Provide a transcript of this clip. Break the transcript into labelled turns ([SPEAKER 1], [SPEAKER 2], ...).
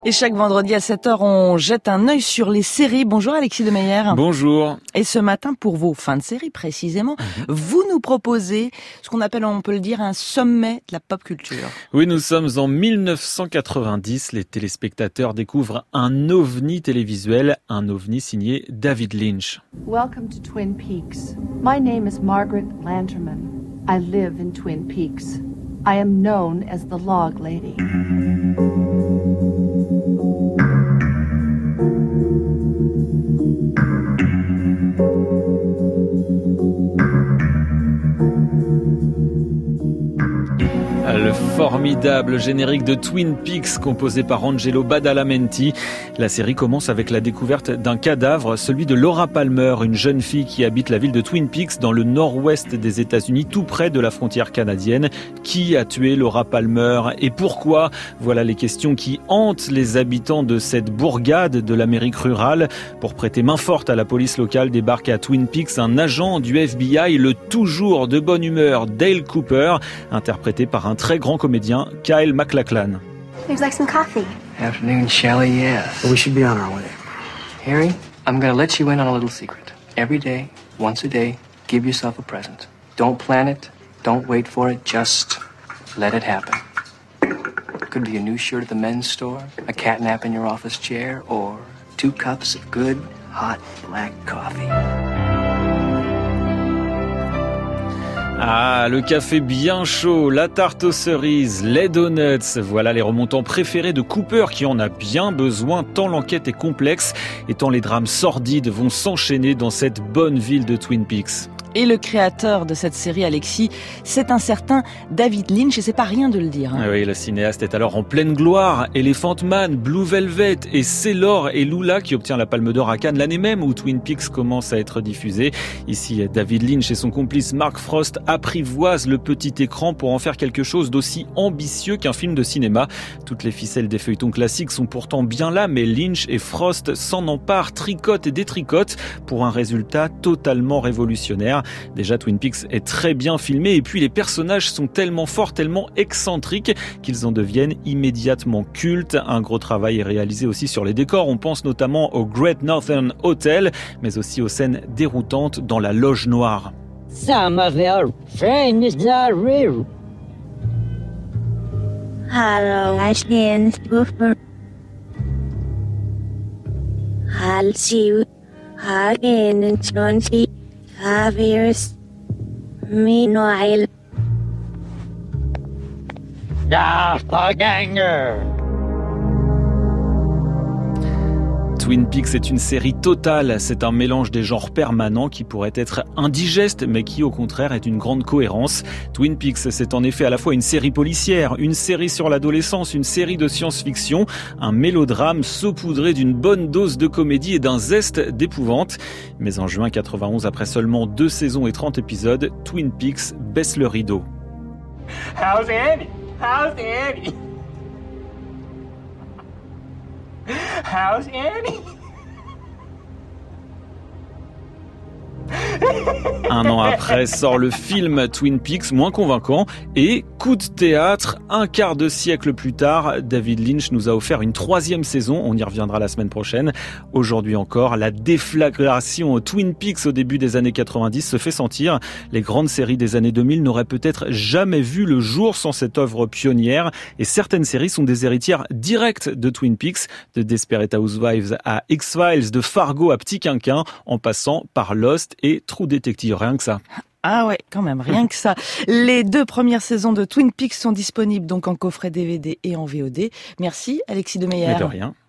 [SPEAKER 1] Et chaque vendredi à 7h, on jette un œil sur les séries. Bonjour Alexis Demeyer.
[SPEAKER 2] Bonjour.
[SPEAKER 1] Et ce matin, pour vos fins de série précisément, vous nous proposez ce qu'on appelle, on peut le dire, un sommet de la pop culture.
[SPEAKER 2] Oui, nous sommes en 1990. Les téléspectateurs découvrent un ovni télévisuel, un ovni signé David Lynch.
[SPEAKER 3] Welcome to Twin Peaks. My name is Margaret Lanterman. I live in Twin Peaks. I am known as the Log Lady.
[SPEAKER 2] Le formidable générique de Twin Peaks composé par Angelo Badalamenti. La série commence avec la découverte d'un cadavre, celui de Laura Palmer, une jeune fille qui habite la ville de Twin Peaks dans le nord-ouest des États-Unis, tout près de la frontière canadienne. Qui a tué Laura Palmer et pourquoi? Voilà les questions qui hantent les habitants de cette bourgade de l'Amérique rurale. Pour prêter main forte à la police locale, débarque à Twin Peaks un agent du FBI, le toujours de bonne humeur Dale Cooper, interprété par un très grand comédien, Kyle MacLachlan.
[SPEAKER 4] Would you like some coffee?
[SPEAKER 5] Afternoon, Shelley, yes.
[SPEAKER 6] We should be on our way.
[SPEAKER 5] Harry, I'm gonna let you in on a little secret. Every day, once a day, give yourself a present. Don't plan it, don't wait for it, just let it happen. Could be a new shirt at the men's store, a cat nap in your office chair, or 2 cups of good, hot, black coffee.
[SPEAKER 2] Ah, le café bien chaud, la tarte aux cerises, les donuts, voilà les remontants préférés de Cooper qui en a bien besoin tant l'enquête est complexe et tant les drames sordides vont s'enchaîner dans cette bonne ville de Twin Peaks.
[SPEAKER 1] Et le créateur de cette série, Alexis, c'est un certain David Lynch, et c'est pas rien de le dire.
[SPEAKER 2] Ah oui, le cinéaste est alors en pleine gloire. Elephant Man, Blue Velvet et Sailor et Lula qui obtient la Palme d'Or à Cannes l'année même où Twin Peaks commence à être diffusé. Ici, David Lynch et son complice Mark Frost apprivoisent le petit écran pour en faire quelque chose d'aussi ambitieux qu'un film de cinéma. Toutes les ficelles des feuilletons classiques sont pourtant bien là, mais Lynch et Frost s'en emparent, tricotent et détricotent pour un résultat totalement révolutionnaire. Déjà, Twin Peaks est très bien filmé et puis les personnages sont tellement forts, tellement excentriques qu'ils en deviennent immédiatement cultes. Un gros travail est réalisé aussi sur les décors. On pense notamment au Great Northern Hotel, mais aussi aux scènes déroutantes dans la loge noire.
[SPEAKER 7] Some of your friends are real.
[SPEAKER 4] Hello, I can buffer. I'll see you again in 25 years. Meanwhile,
[SPEAKER 7] Doppelganger.
[SPEAKER 2] Twin Peaks est une série totale, c'est un mélange des genres permanents qui pourrait être indigeste mais qui au contraire est une grande cohérence. Twin Peaks c'est en effet à la fois une série policière, une série sur l'adolescence, une série de science-fiction, un mélodrame saupoudré d'une bonne dose de comédie et d'un zeste d'épouvante. Mais en juin 91, après seulement 2 saisons et 30 épisodes, Twin Peaks baisse le rideau.
[SPEAKER 5] How's Annie? How's Annie? How's Annie?
[SPEAKER 2] Un an après sort le film Twin Peaks, moins convaincant, et coup de théâtre, un quart de siècle plus tard, David Lynch nous a offert une 3e saison, on y reviendra la semaine prochaine. Aujourd'hui encore, la déflagration Twin Peaks au début des années 90 se fait sentir. Les grandes séries des années 2000 n'auraient peut-être jamais vu le jour sans cette œuvre pionnière, et certaines séries sont des héritières directes de Twin Peaks, de Desperate Housewives à X-Files, de Fargo à Petit Quinquin, en passant par Lost et True Detective, rien que ça.
[SPEAKER 1] Ah ouais, quand même, rien que ça. Les 2 premières saisons de Twin Peaks sont disponibles donc en coffret DVD et en VOD. Merci Alexis Demeyer.
[SPEAKER 2] Mais de rien.